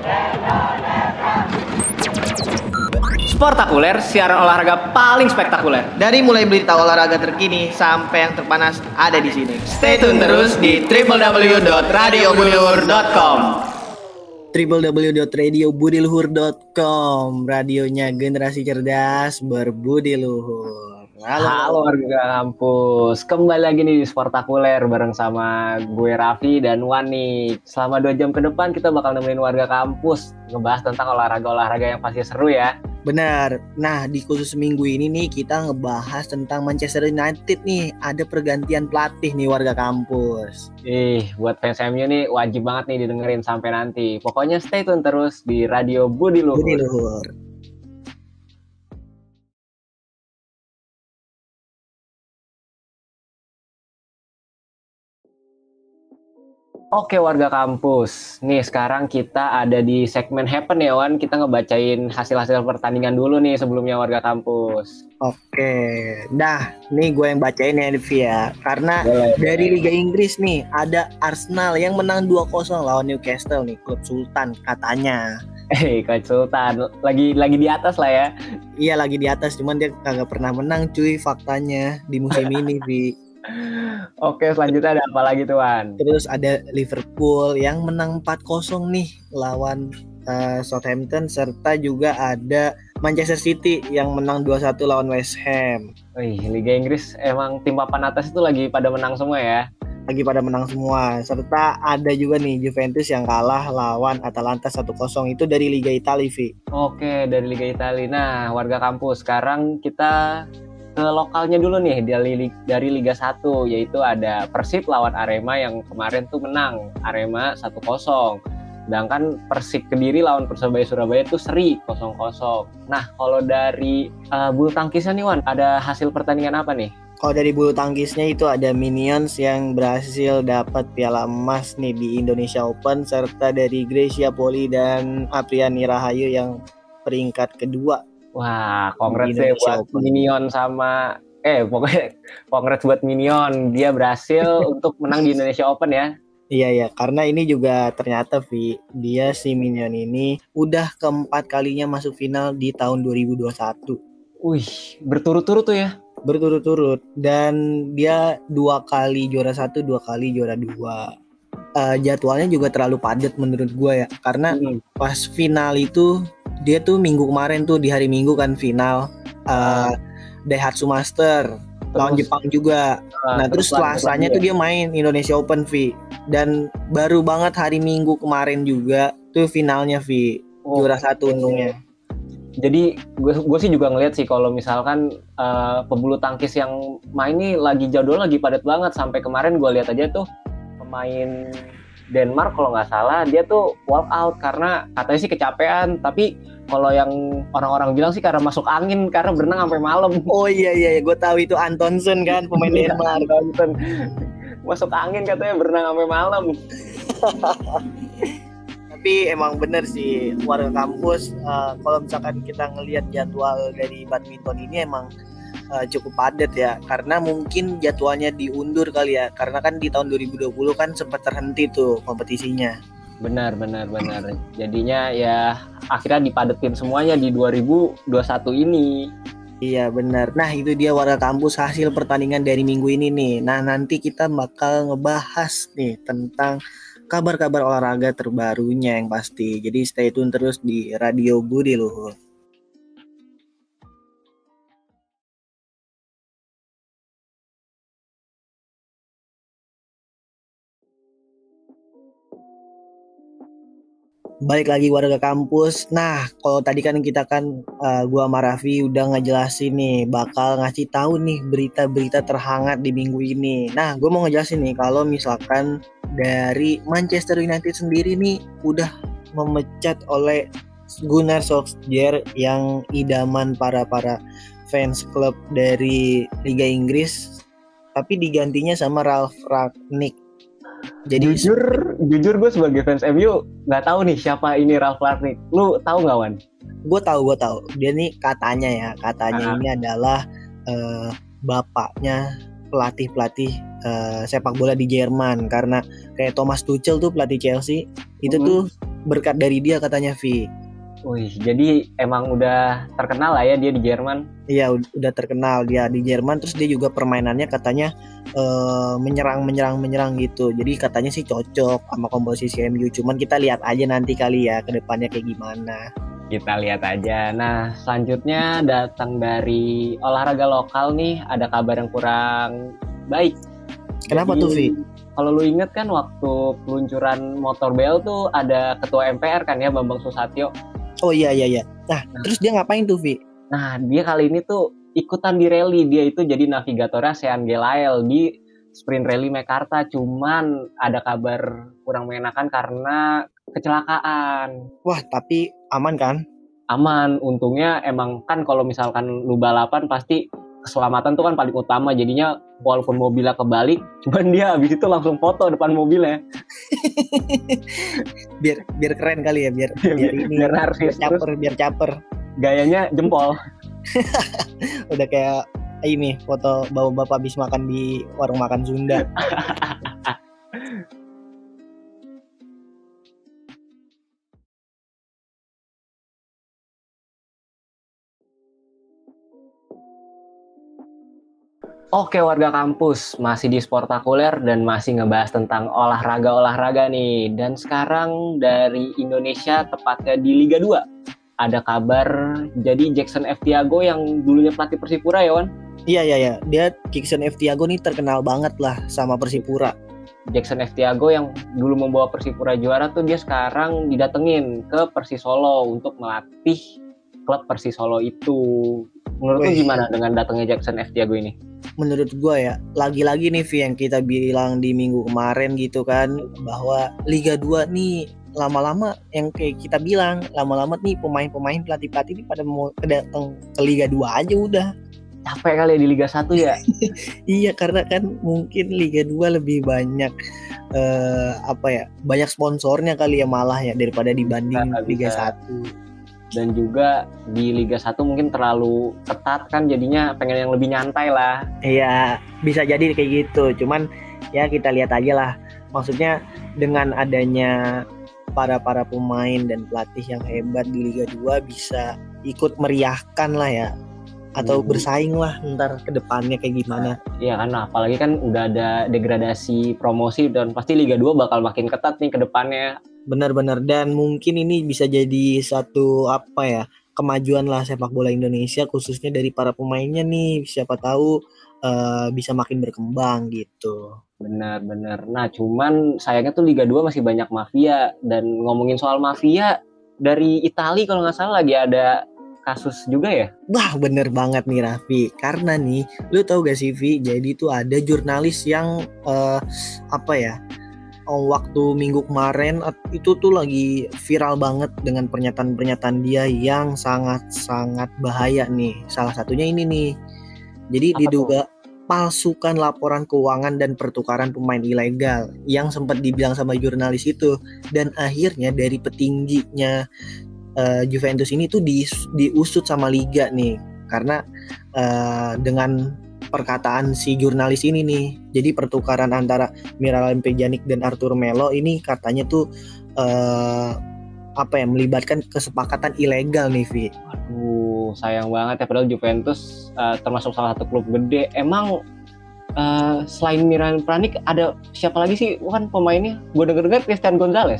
Sportakuler, siaran olahraga paling spektakuler. Dari mulai berita olahraga terkini sampai yang terpanas ada di sini. Stay tune terus di www.radiobudiluhur.com. www.radiobudiluhur.com. Radionya generasi cerdas berbudi luhur. Halo warga kampus, kembali lagi nih di Sportakuler bareng sama gue Raffi dan Wani. Selama 2 jam ke depan kita bakal nemenin warga kampus ngebahas tentang olahraga-olahraga yang pasti seru ya. Benar. Nah, di khusus minggu ini nih kita ngebahas tentang Manchester United nih. Ada pergantian pelatih nih warga kampus. Buat fans MU nih wajib banget nih didengerin sampai nanti. Pokoknya stay tune terus di Radio Budi Luhur. Budi Luhur. Oke warga kampus, nih sekarang kita ada di segmen Happen ya Wan. Kita ngebacain hasil-hasil pertandingan dulu nih sebelumnya warga kampus. Oke, dah nih gue yang bacain ya Devi ya. Karena dari Liga Inggris nih ada Arsenal yang menang 2-0 lawan Newcastle nih, klub Sultan katanya. Coach Sultan lagi di atas lah ya. Iya lagi di atas, cuman dia kagak pernah menang cuy faktanya di musim ini Vi. Oke, selanjutnya ada apa lagi tuh Wan? Terus ada Liverpool yang menang 4-0 nih lawan Southampton, serta juga ada Manchester City yang menang 2-1 lawan West Ham. Liga Inggris emang tim papan atas itu lagi pada menang semua ya? Lagi pada menang semua. Serta ada juga nih Juventus yang kalah lawan Atalanta 1-0, itu dari Liga Italia, Vi. Oke, dari Liga Italia. Nah, warga kampus, sekarang kita ke lokalnya dulu nih dari Liga 1, yaitu ada Persib lawan Arema yang kemarin tuh menang Arema 1-0. Sedangkan Persik Kediri lawan Persebaya Surabaya itu seri 0-0. Nah, kalau dari bulu tangkisnya nih Wan, ada hasil pertandingan apa nih? Kalau dari bulu tangkisnya itu ada Minions yang berhasil dapat piala emas nih di Indonesia Open, serta dari Gracia Poli dan Apriani Rahayu yang peringkat kedua. Wah, congrats deh buat Minion sama pokoknya congrats buat Minion. Dia berhasil untuk menang di Indonesia Open ya. Iya, karena ini juga ternyata Vi, dia si Minion ini udah keempat kalinya masuk final di tahun 2021. Berturut-turut tuh ya? Berturut-turut, dan dia 2 kali juara 1, 2 kali juara 2. Jadwalnya juga terlalu padat menurut gue ya, karena pas final itu dia tuh minggu kemarin tuh di hari Minggu kan final Daihatsu Master lawan Jepang juga. Nah terus Selasanya tuh dia main Indonesia Open V, dan baru banget hari Minggu kemarin juga tuh finalnya V, juara 1 untungnya. Jadi gue sih juga ngeliat sih kalau misalkan pebulu tangkis yang main nih lagi jadwal lagi padat banget. Sampai kemarin gue lihat aja tuh pemain Denmark kalau nggak salah dia tuh walk out karena katanya sih kecapean, tapi kalau yang orang-orang bilang sih karena masuk angin karena berenang sampai malam. Oh iya gue tahu itu Antonsen kan pemain Denmark. Antonsen masuk angin katanya berenang sampai malam. Tapi emang bener sih warga kampus, kalau misalkan kita ngelihat jadwal dari badminton ini emang cukup padat ya, karena mungkin jadwalnya diundur kali ya, karena kan di tahun 2020 kan sempat terhenti tuh kompetisinya. Benar. Jadinya ya akhirnya dipadetin semuanya di 2021 ini. Iya benar. Nah itu dia warga kampus hasil pertandingan dari minggu ini nih. Nah nanti kita bakal ngebahas nih tentang kabar-kabar olahraga terbarunya yang pasti. Jadi stay tune terus di Radio Budi Luhur. Balik lagi warga kampus. Nah, kalau tadi kan kita gua sama Raffi udah ngejelasin nih, bakal ngasih tahu nih berita-berita terhangat di minggu ini. Nah, gua mau ngejelasin nih kalau misalkan dari Manchester United sendiri nih udah memecat oleh Gunnar Solskjaer yang idaman para fans klub dari Liga Inggris, tapi digantinya sama Ralf Rangnick. Jadi jujur gue sebagai fans MU nggak tahu nih siapa ini Ralf Rangnick. Lu tahu nggak Wan? Gue tahu. Dia nih katanya ini adalah bapaknya pelatih sepak bola di Jerman, karena kayak Thomas Tuchel tuh pelatih Chelsea itu tuh berkat dari dia katanya Vi. Wih, jadi emang udah terkenal lah ya dia di Jerman. Iya udah terkenal dia di Jerman, terus dia juga permainannya katanya menyerang gitu. Jadi katanya sih cocok sama komposisi MU. Cuman kita lihat aja nanti kali ya ke depannya kayak gimana. Kita lihat aja. Nah, selanjutnya datang dari olahraga lokal nih, ada kabar yang kurang baik. Kenapa tuh Vi? Kalau lu inget kan waktu peluncuran motor BL tuh ada ketua MPR kan ya, Bambang Susatyo. Oh iya. Nah, terus dia ngapain tuh Vi? Nah, dia kali ini tuh ikutan di rally. Dia itu jadi navigatornya Sean Gelael di sprint rally Mekarta. Cuman ada kabar kurang mengenakan karena kecelakaan. Wah, tapi aman kan? Aman, untungnya emang kan kalau misalkan lu balapan pasti keselamatan tuh kan paling utama. Jadinya walaupun mobilnya kebalik, cuman dia habis itu langsung foto depan mobilnya. biar keren kali ya, biar ini biar narsis, biar caper. Gayanya jempol. Udah kayak ini foto bapak habis makan di warung makan Sunda. Oke warga kampus, masih di Sportakuler dan masih ngebahas tentang olahraga nih. Dan sekarang dari Indonesia, tepatnya di Liga 2. Ada kabar, jadi Jackson F. Tiago yang dulunya pelatih Persipura ya Wan? Iya, dia Jackson F. Tiago nih terkenal banget lah sama Persipura. Jackson F. Tiago yang dulu membawa Persipura juara tuh dia sekarang didatengin ke Persisolo untuk melatih klub Persisolo itu. Menurut lu gimana dengan datangnya Jackson F. Tiago ini? Menurut gue ya, lagi-lagi nih Vi, yang kita bilang di minggu kemarin gitu kan, bahwa Liga 2 nih lama-lama yang kayak kita bilang, lama-lama nih pemain-pemain pelatih-pelatih ini pada mau datang ke Liga 2 aja udah. Capek kali ya di Liga 1 ya? Iya, karena kan mungkin Liga 2 lebih banyak banyak sponsornya kali ya malah ya daripada dibanding Liga 1. Dan juga di Liga 1 mungkin terlalu ketat kan, jadinya pengen yang lebih nyantai lah. Iya, bisa jadi kayak gitu. Cuman ya kita lihat aja lah. Maksudnya dengan adanya para pemain dan pelatih yang hebat di Liga 2 bisa ikut meriahkan lah ya, atau bersaing lah ntar ke depannya kayak gimana. Iya kan, apalagi kan udah ada degradasi promosi dan pasti Liga 2 bakal makin ketat nih ke depannya. Benar-benar, dan mungkin ini bisa jadi satu kemajuan lah sepak bola Indonesia, khususnya dari para pemainnya nih, siapa tahu bisa makin berkembang gitu. Benar. Nah cuman sayangnya tuh Liga 2 masih banyak mafia. Dan ngomongin soal mafia, dari Italia kalau nggak salah lagi ada kasus juga ya? Wah bener banget nih Raffi, karena nih lu tahu gak sih Vi, jadi tuh ada jurnalis yang waktu minggu kemarin itu tuh lagi viral banget dengan pernyataan dia yang sangat bahaya nih. Salah satunya ini nih, jadi diduga palsukan laporan keuangan dan pertukaran pemain ilegal yang sempat dibilang sama jurnalis itu. Dan akhirnya dari petingginya Juventus ini tuh diusut sama Liga nih, karena dengan perkataan si jurnalis ini nih. Jadi pertukaran antara Miralem Pjanic dan Arturo Melo ini katanya tuh melibatkan kesepakatan ilegal nih Vi. Aduh sayang banget ya, padahal Juventus termasuk salah satu klub gede. Emang selain Miralem Pjanic ada siapa lagi sih kan pemainnya? Gue denger Christian Gonzalez.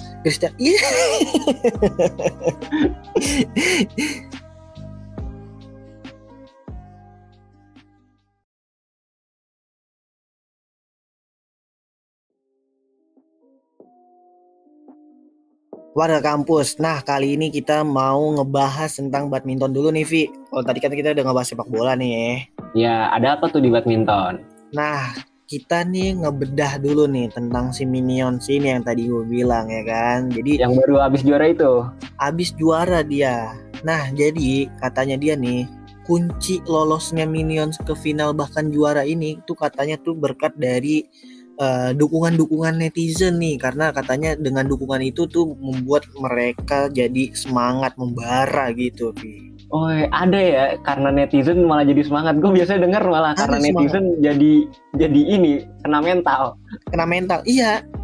Warga kampus. Nah, kali ini kita mau ngebahas tentang badminton dulu nih, Vi. Kalau tadi kan kita udah ngebahas sepak bola nih. Ya, ada apa tuh di badminton? Nah, kita nih ngebedah dulu nih tentang si Minions ini yang tadi gue bilang ya kan. Jadi yang baru habis juara itu. Habis juara dia. Nah, jadi katanya dia nih, kunci lolosnya Minions ke final bahkan juara ini tuh katanya tuh berkat dari dukungan netizen nih, karena katanya dengan dukungan itu tuh membuat mereka jadi semangat membara gitu. Oh ada ya, karena netizen malah jadi semangat. Gue biasanya denger malah ada karena semangat. Netizen jadi ini kena mental. Iya,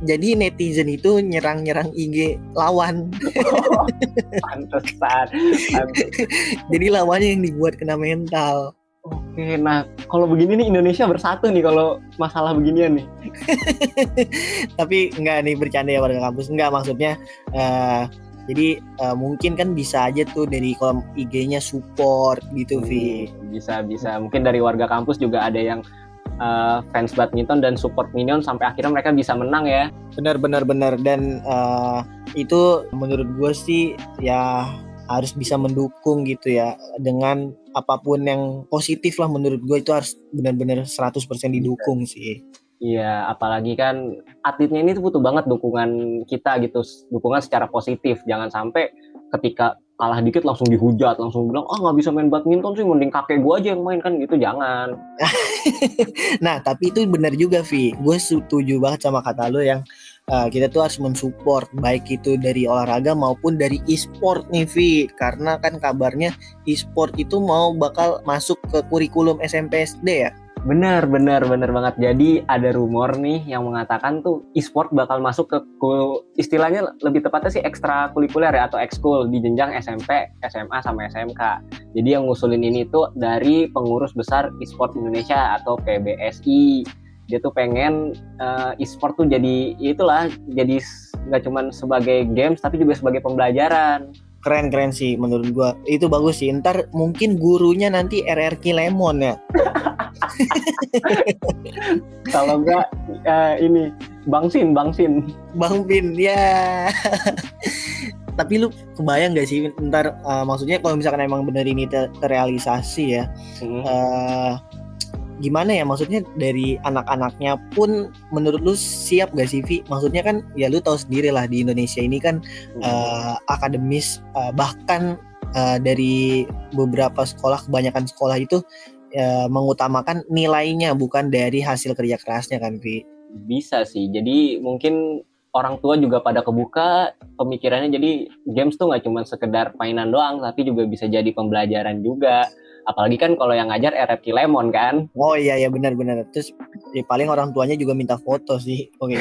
Jadi netizen itu nyerang-nyerang IG lawan. Pantesan. Jadi lawannya yang dibuat kena mental. Oke, nah kalau begini nih Indonesia bersatu nih kalau masalah beginian nih. Tapi enggak nih, bercanda ya warga kampus. Enggak, maksudnya jadi mungkin kan bisa aja tuh dari kolom IG-nya support gitu, Vi. Bisa. Mungkin dari warga kampus juga ada yang fans badminton dan support Minion sampai akhirnya mereka bisa menang ya. Benar. Dan itu menurut gue sih ya harus bisa mendukung gitu ya, dengan apapun yang positif lah. Menurut gue itu harus benar-benar 100% didukung sih. Iya, apalagi kan atletnya ini tuh butuh banget dukungan kita gitu, dukungan secara positif. Jangan sampai ketika kalah dikit langsung dihujat, langsung bilang nggak bisa main badminton sih, mending kakek gue aja yang main, kan gitu, jangan. Nah tapi itu benar juga, Vi. Gue setuju banget sama kata lo yang kita tuh harus mensupport baik itu dari olahraga maupun dari e-sport nih, Vi. Karena kan kabarnya e-sport itu bakal masuk ke kurikulum SMP SD ya. Benar banget. Jadi ada rumor nih yang mengatakan tuh e-sport bakal masuk ke istilahnya lebih tepatnya sih ekstrakurikuler ya, atau ekskul di jenjang SMP, SMA sama SMK. Jadi yang ngusulin ini tuh dari Pengurus Besar E-sport Indonesia atau PBSI. Dia tuh pengen e-sport tuh jadi jadi nggak cuma sebagai games tapi juga sebagai pembelajaran. Keren sih menurut gua. Itu bagus sih. Ntar mungkin gurunya nanti RRQ Lemon ya. Kalau enggak ini Bang Sin ya. Tapi lu kebayang gak sih ntar maksudnya kalau misalkan emang bener ini terrealisasi ya, gimana ya, maksudnya dari anak-anaknya pun menurut lu siap gak sih, Vi? Maksudnya kan ya lu tahu sendiri lah di Indonesia ini kan akademis bahkan dari beberapa sekolah, kebanyakan sekolah itu mengutamakan nilainya bukan dari hasil kerja kerasnya kan, Vi? Bisa sih. Jadi mungkin orang tua juga pada kebuka pemikirannya, jadi games tuh nggak cuma sekedar mainan doang tapi juga bisa jadi pembelajaran juga. Apalagi kan kalau yang ngajar RFQ Lemon kan. Oh iya benar. Terus ya paling orang tuanya juga minta foto sih. Oke.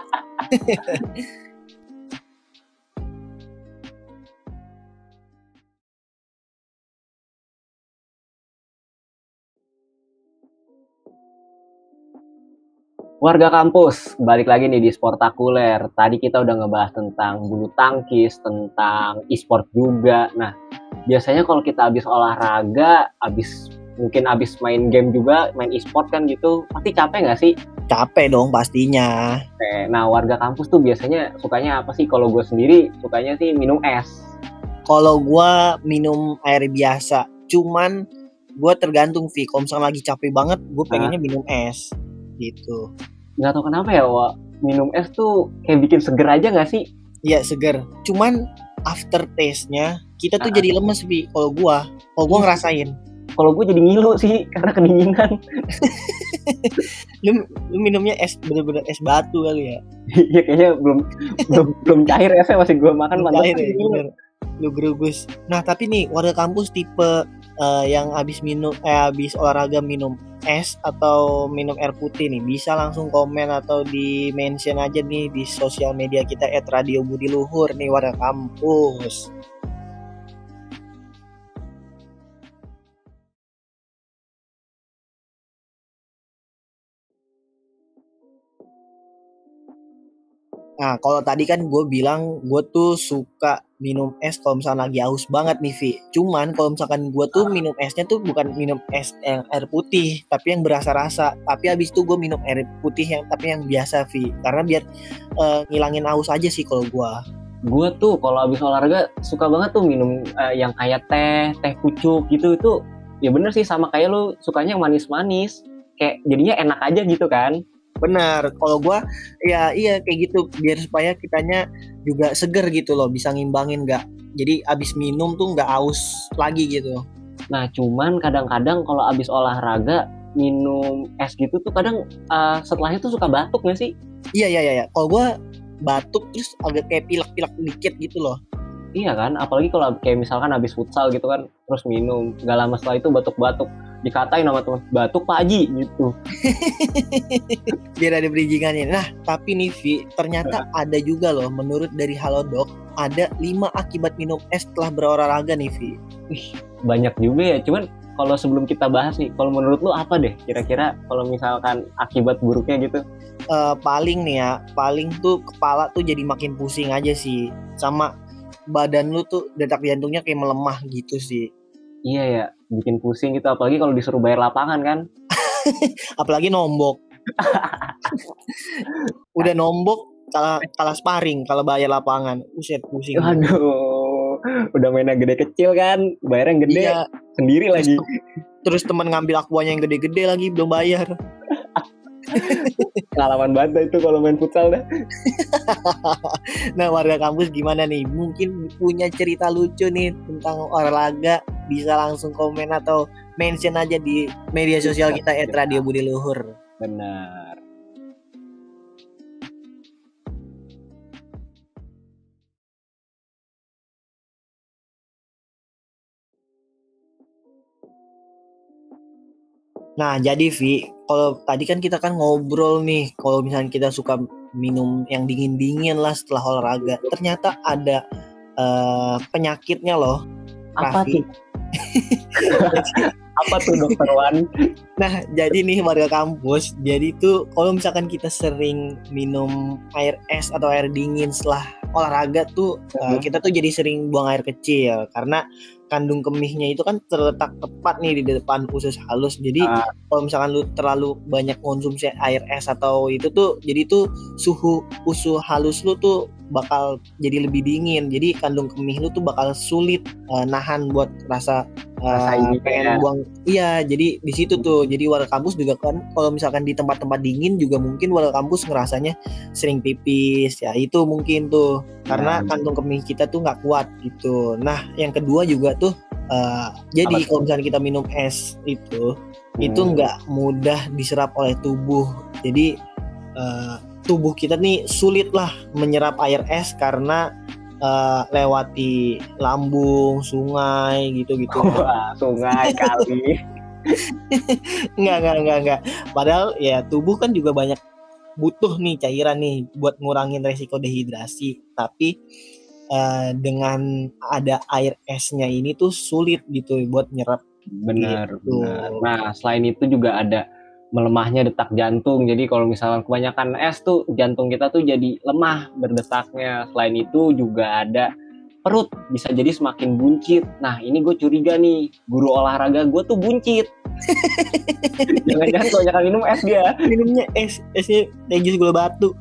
Warga kampus, balik lagi nih di Sportakuler. Tadi kita udah ngebahas tentang bulu tangkis, tentang e-sport juga. Nah, biasanya kalau kita habis olahraga, mungkin habis main game juga, main e-sport kan gitu, pasti capek nggak sih? Capek dong pastinya. Nah, warga kampus tuh biasanya sukanya apa sih? Kalau gue sendiri sukanya sih minum es. Kalau gue minum air biasa. Cuman gue tergantung, Vi. Kalau misalnya lagi capek banget, gue pengennya minum es gitu. Nggak tahu kenapa ya, minum es tuh kayak bikin seger aja nggak sih? Iya, seger. Cuman after taste-nya kita tuh jadi lemes, Vi. Kalau gue ngerasain. Kalau gue jadi ngilu sih karena kedinginan. lu minumnya es, bener-bener es batu kali ya? Iya, kayaknya belum cair esnya, masih gue makan cair ya, bener. Lu gerugus. Nah tapi nih warga kampus tipe yang habis olahraga minum es atau minum air putih nih, bisa langsung komen atau di mention aja nih di sosial media kita @radiobudiluhur nih warga kampus. Nah, kalau tadi kan gue bilang gue tuh suka minum es kalau misalkan lagi haus banget nih, Vi. Cuman kalau misalkan gue tuh minum esnya tuh bukan minum es yang air putih, tapi yang berasa-rasa. Tapi habis itu gue minum air putih tapi yang biasa, Vi. Karena biar ngilangin haus aja sih kalau gue. Gue tuh kalau habis olahraga suka banget tuh minum yang kayak teh pucuk gitu. Itu ya bener sih, sama kayak lu sukanya yang manis-manis. Kayak jadinya enak aja gitu kan. Benar, kalau gue ya iya kayak gitu, biar supaya kitanya juga seger gitu loh, bisa ngimbangin jadi abis minum tuh nggak haus lagi gitu. Nah cuman kadang-kadang kalau abis olahraga minum es gitu tuh kadang setelahnya tuh suka batuk nggak sih? Iya, kalau gue batuk terus agak kayak pilek-pilek dikit gitu loh. Iya kan, apalagi kalau kayak misalkan abis futsal gitu kan, terus minum, nggak lama setelah itu batuk-batuk. dikatain sama teman, batuk Pak Haji gitu. Biar ada bridgingannya. Nah, tapi nih Vi, ternyata ada juga loh menurut dari Halodoc, ada 5 akibat minum es setelah berolahraga nih Vi. Wih, banyak juga ya. Cuman kalau sebelum kita bahas nih, kalau menurut lu apa deh kira-kira kalau misalkan akibat buruknya gitu? Paling nih ya, paling tuh kepala tuh jadi makin pusing aja sih, sama badan lu tuh detak jantungnya kayak melemah gitu sih. Iya ya, bikin pusing gitu, apalagi kalau disuruh bayar lapangan kan. Apalagi nombok. Udah nombok kalah sparring kalau bayar lapangan. Buset, pusing. Aduh, udah mainnya gede kecil kan, bayarnya gede Iya, sendiri lagi. terus teman ngambil aquanya yang gede-gede lagi belum bayar. Pengalaman banget itu kalau main futsal dah. Nah, warga kampus gimana nih? Mungkin punya cerita lucu nih tentang olahraga, bisa langsung komen atau mention aja di media sosial kita @radiobudiluhur. Benar. Nah, jadi Vi, kalau tadi kan kita kan ngobrol nih, kalau misalnya kita suka minum yang dingin-dingin lah setelah olahraga, ternyata ada penyakitnya loh. Apa Raffi. tuh? Apa tuh Dokter Wan? Nah, jadi nih warga kampus, jadi tuh kalau misalkan kita sering minum air es atau air dingin setelah olahraga tuh, kita tuh jadi sering buang air kecil karena kandung kemihnya itu kan terletak tepat nih di depan usus halus. Jadi kalau misalkan lu terlalu banyak konsumsi air es atau itu tuh, jadi tuh suhu usus halus lu tuh bakal jadi lebih dingin. Jadi kandung kemih lu tuh bakal sulit nahan buat rasa ini pengen buang. Iya, jadi di situ tuh. Jadi warga kampus juga kan kalau misalkan di tempat-tempat dingin juga mungkin warga kampus ngerasanya sering pipis. Ya itu mungkin tuh karena kantong kemih kita tuh nggak kuat gitu. Nah, yang kedua juga tuh jadi kalau misalnya kita minum es itu nggak mudah diserap oleh tubuh. Jadi tubuh kita nih sulit lah menyerap air es karena lewati lambung, sungai gitu-gitu. Wah, sungai kali. Enggak. Padahal ya tubuh kan juga banyak butuh nih cairan nih buat ngurangin resiko dehidrasi. Tapi dengan ada air esnya ini tuh sulit gitu buat nyerap. Benar, gitu. benar. Nah, selain itu juga ada melemahnya detak jantung. Jadi kalau misalkan kebanyakan es tuh jantung kita tuh jadi lemah berdetaknya. Selain itu juga ada perut bisa jadi semakin buncit. Nah, ini gue curiga nih, guru olahraga gue tuh buncit. Jangan-jangan kebanyakan minum es dia. Minumnya esnya teh jus gula batu.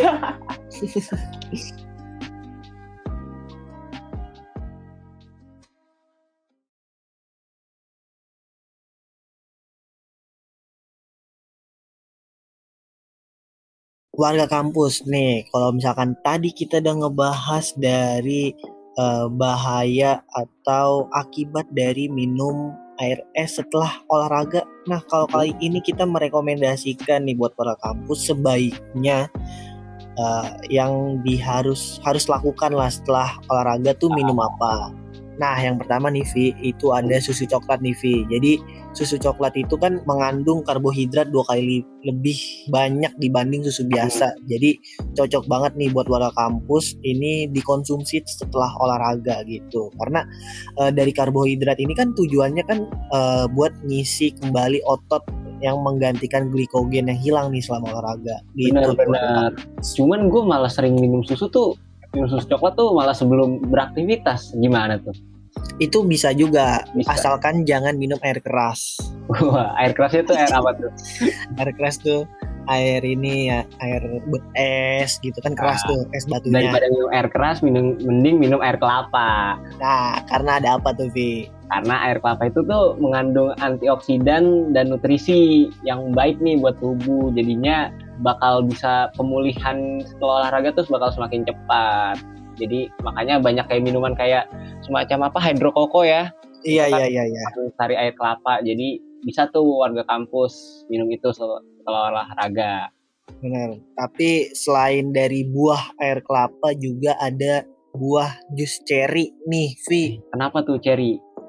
Warga kampus nih, kalau misalkan tadi kita udah ngebahas dari bahaya atau akibat dari minum air es setelah olahraga. Nah, kalau kali ini kita merekomendasikan nih buat para kampus sebaiknya yang harus lakukan lah setelah olahraga tuh minum apa. Nah, yang pertama nih Vi, itu ada susu coklat nih Vi. Jadi susu coklat itu kan mengandung karbohidrat 2 kali lebih banyak dibanding susu biasa. Jadi cocok banget nih buat warga kampus ini dikonsumsi setelah olahraga gitu. Karena dari karbohidrat ini kan tujuannya kan buat ngisi kembali otot yang menggantikan glikogen yang hilang nih selama olahraga. Gitu. Benar. Cuman gue malah sering minum susu coklat tuh malah sebelum beraktivitas. Gimana tuh? Itu bisa juga, asalkan jangan minum air keras. Wah, air kerasnya tuh air apa tuh? Air keras tuh air ini ya, air es gitu kan, keras tuh es batunya. Daripada minum air keras, mending minum air kelapa. Nah, karena ada apa tuh Vi? Karena air kelapa itu tuh mengandung antioksidan dan nutrisi yang baik nih buat tubuh. Jadinya bakal bisa pemulihan setelah olahraga tuh bakal semakin cepat. Jadi makanya banyak kayak minuman kayak semacam apa hidrokoko ya. Iya. Cari air kelapa. Jadi bisa tuh warga kampus minum itu setelah olahraga. Benar. Tapi selain dari buah air kelapa juga ada buah jus ceri nih, Vi. Kenapa tuh ceri?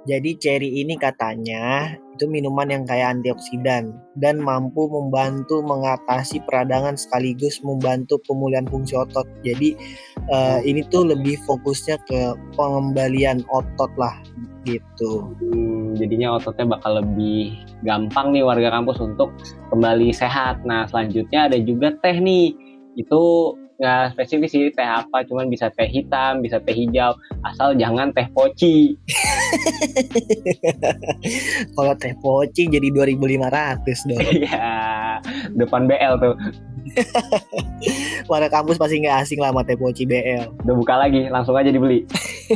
Jadi cherry ini katanya itu minuman yang kaya antioksidan dan mampu membantu mengatasi peradangan sekaligus membantu pemulihan fungsi otot. Jadi ini tuh lebih fokusnya ke pengembalian otot lah gitu. Jadinya ototnya bakal lebih gampang nih warga kampus untuk kembali sehat. Nah selanjutnya ada juga teh nih. Itu nggak spesifik sih teh apa, cuman bisa teh hitam, bisa teh hijau, asal jangan teh poci. Kalau teh poci jadi 2.500 dong. Iya, depan BL tuh. Warga kampus pasti nggak asing lah sama teh poci BL. Udah buka lagi, langsung aja dibeli.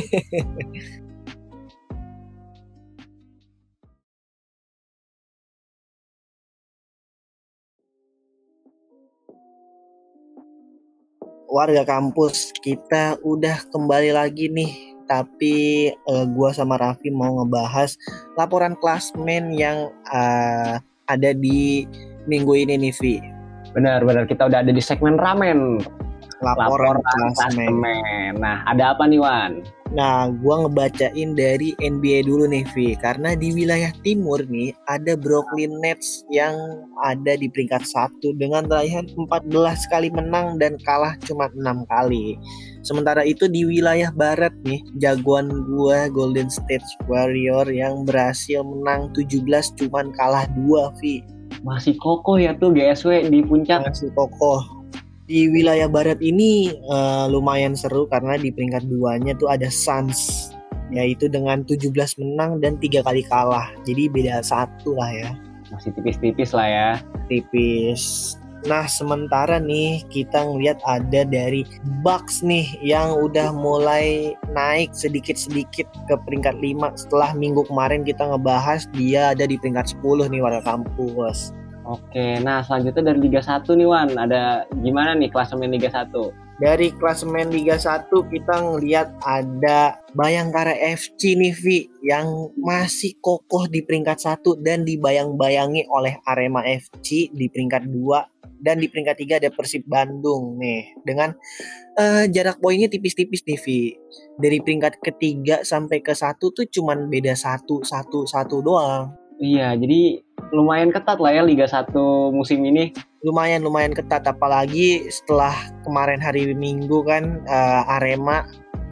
Warga kampus kita udah kembali lagi nih, tapi gua sama Raffi mau ngebahas laporan klasmen yang ada di minggu ini nih Vi. Benar, kita udah ada di segmen ramen. Laporan klasmen. Nah, ada apa nih Wan? Nah, gua ngebacain dari NBA dulu nih Vi, karena di wilayah timur nih ada Brooklyn Nets yang ada di peringkat 1 dengan raihan 14 kali menang dan kalah cuma 6 kali. Sementara itu di wilayah barat nih, jagoan gua Golden State Warrior yang berhasil menang 17 cuman kalah 2 Vi. Masih kokoh ya tuh GSW di puncak. Masih kokoh. Di wilayah barat ini lumayan seru karena di peringkat 2-nya tuh ada Suns, yaitu dengan 17 menang dan 3 kali kalah. Jadi beda 1 lah ya. Masih tipis-tipis lah ya. Tipis. Nah sementara nih kita ngeliat ada dari Bucks nih yang udah mulai naik sedikit-sedikit ke peringkat 5 setelah minggu kemarin kita ngebahas dia ada di peringkat 10 nih warga kampus. Oke, nah selanjutnya dari Liga 1 nih Wan, ada gimana nih klasemen Liga 1? Dari klasemen Liga 1 kita ngelihat ada Bayangkara FC nih Vi, yang masih kokoh di peringkat 1 dan dibayang-bayangi oleh Arema FC di peringkat 2, dan di peringkat 3 ada Persib Bandung nih dengan jarak poinnya tipis-tipis nih Vi. Dari peringkat ketiga sampai ke 1 tuh cuman beda 1 doang. Iya, jadi lumayan ketat lah ya Liga 1 musim ini. Lumayan ketat, apalagi setelah kemarin hari Minggu kan Arema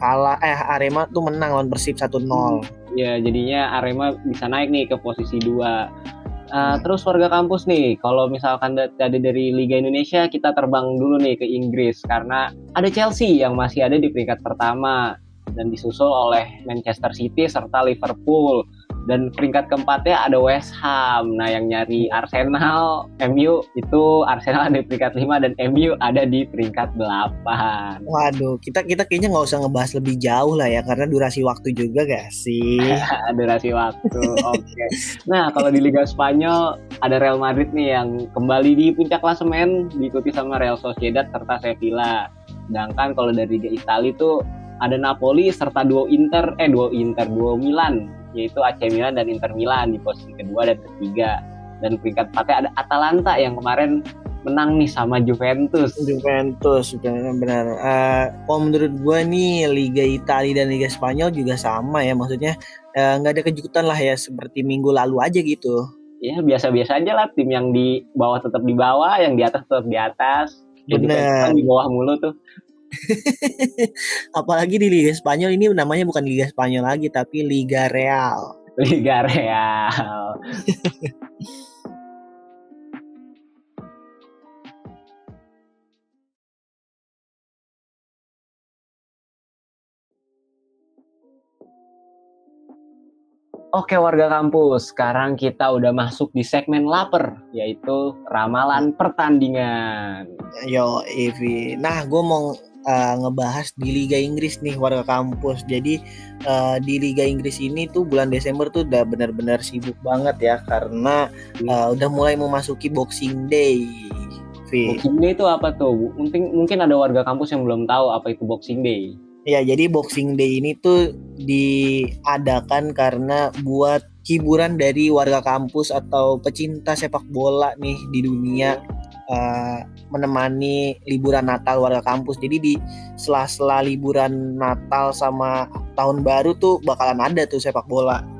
tuh menang lawan Persib 1-0. Iya, jadinya Arema bisa naik nih ke posisi 2. Terus warga kampus nih, kalau misalkan tadi dari Liga Indonesia, kita terbang dulu nih ke Inggris karena ada Chelsea yang masih ada di peringkat pertama dan disusul oleh Manchester City serta Liverpool. Dan peringkat keempatnya ada West Ham. Nah yang nyari Arsenal, MU itu Arsenal ada di peringkat 5 dan MU ada di peringkat 8. Waduh, kita kayaknya nggak usah ngebahas lebih jauh lah ya, karena durasi waktu juga gak sih? Durasi waktu, oke. Nah kalau di Liga Spanyol ada Real Madrid nih yang kembali di puncak klasemen, diikuti sama Real Sociedad serta Sevilla. Sedangkan kalau dari Liga Italia tuh ada Napoli serta duo Milan, yaitu AC Milan dan Inter Milan di posisi kedua dan ketiga. Dan peringkat 4-nya ada Atalanta yang kemarin menang nih sama Juventus, benar. Kalau menurut gue nih Liga Italia dan Liga Spanyol juga sama ya, maksudnya nggak ada kejutan lah ya, seperti minggu lalu aja gitu. Ya biasa-biasa aja lah, tim yang di bawah tetap di bawah, yang di atas tetap di atas. Benar. Di bawah mulu tuh. Apalagi di Liga Spanyol ini namanya bukan Liga Spanyol lagi tapi Liga Real. Oke warga kampus, sekarang kita udah masuk di segmen lapar, yaitu ramalan pertandingan. Yo Evi, nah gue mau ngebahas di Liga Inggris nih warga kampus. Jadi di Liga Inggris ini tuh bulan Desember tuh udah benar-benar sibuk banget ya, karena udah mulai memasuki Boxing Day. Boxing Day itu apa tuh? Mungkin ada warga kampus yang belum tahu apa itu Boxing Day. Ya, jadi Boxing Day ini tuh diadakan karena buat hiburan dari warga kampus atau pecinta sepak bola nih di dunia, menemani liburan Natal warga kampus. Jadi di sela-sela liburan Natal sama Tahun Baru tuh bakalan ada tuh sepak bola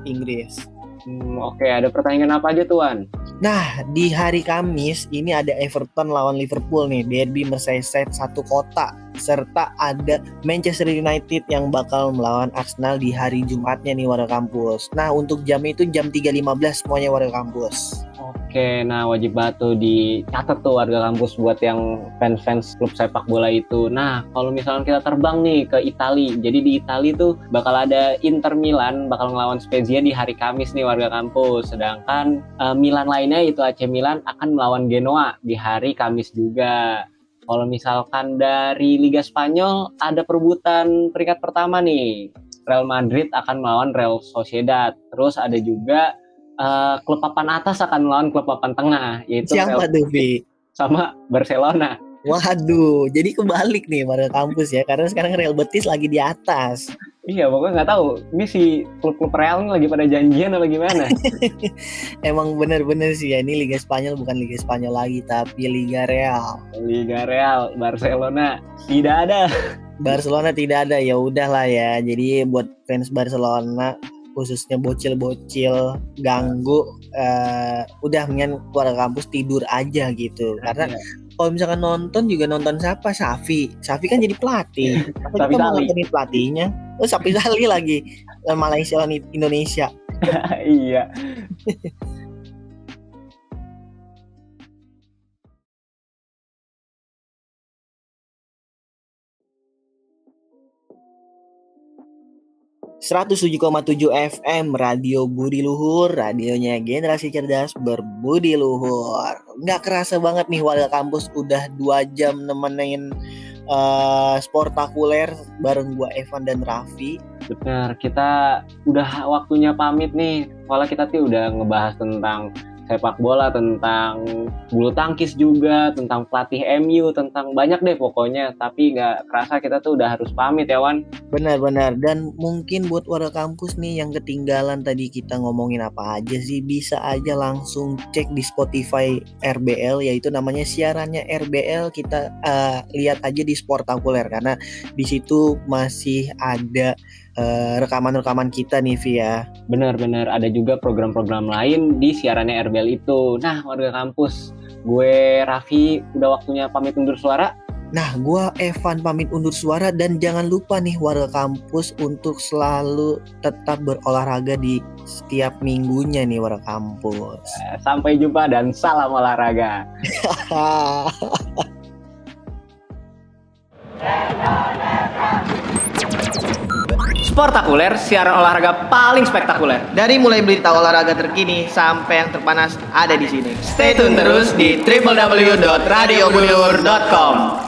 Inggris. Oke, ada pertandingan apa aja tuan? Nah, di hari Kamis ini ada Everton lawan Liverpool nih, derby Merseyside satu kota. Serta ada Manchester United yang bakal melawan Arsenal di hari Jumatnya nih warga kampus. Nah, untuk jam itu jam 3.15 semuanya warga kampus. Oke, nah wajib banget tuh dicatat tuh warga kampus buat yang fans klub sepak bola itu. Nah, kalau misalnya kita terbang nih ke Italia, jadi di Italia tuh bakal ada Inter Milan bakal ngelawan Spezia di hari Kamis nih warga kampus. Sedangkan Milan lainnya itu AC Milan akan melawan Genoa di hari Kamis juga. Kalau misalkan dari Liga Spanyol ada perebutan peringkat pertama nih. Real Madrid akan melawan Real Sociedad. Terus ada juga klub papan atas akan melawan klub papan tengah, yaitu Siapa Real tuh, Vi? sama Barcelona. Waduh, jadi kebalik nih warga kampus ya, karena sekarang Real Betis lagi di atas. Iya, pokoknya nggak tahu. Ini si klub-klub Real ini lagi pada janjian apa gimana? Emang bener-bener sih ya, ini Liga Spanyol bukan Liga Spanyol lagi, tapi Liga Real. Liga Real, Barcelona tidak ada. Barcelona tidak ada, ya udahlah ya. Jadi buat fans Barcelona, khususnya bocil-bocil ganggu, udah mendingan keluar kampus tidur aja gitu. Karena kalau misalkan nonton juga nonton siapa? Safi kan jadi pelatih. Safi kita mau Sali. nontonin pelatihnya. Oh, Safi Sali lagi Malaysia lawan Indonesia. Iya. .7,7 FM Radio Budi Luhur, radionya generasi cerdas berbudi luhur. Nggak kerasa banget nih warga kampus udah 2 jam nemenin Sportakuler bareng gua Evan dan Raffi. Benar, kita udah waktunya pamit nih. Soalnya kita tuh udah ngebahas tentang sepak bola, tentang bulu tangkis juga, tentang pelatih MU, tentang banyak deh pokoknya. Tapi nggak kerasa kita tuh udah harus pamit ya, Wan. Benar-benar. Dan mungkin buat warga kampus nih yang ketinggalan tadi kita ngomongin apa aja sih, bisa aja langsung cek di Spotify RBL, yaitu namanya siarannya RBL. Kita lihat aja di Sportakuler karena di situ masih ada rekaman-rekaman kita nih via. Benar-benar ada juga program-program lain di siarannya RBL itu. Nah, warga kampus, gue Raffi udah waktunya pamit undur suara. Nah, gue Evan pamit undur suara, dan jangan lupa nih warga kampus untuk selalu tetap berolahraga di setiap minggunya nih warga kampus. Sampai jumpa dan salam olahraga. Sportakuler, siaran olahraga paling spektakuler. Dari mulai berita olahraga terkini sampai yang terpanas ada di sini. Stay tune terus di www.radiobudiluhur.com.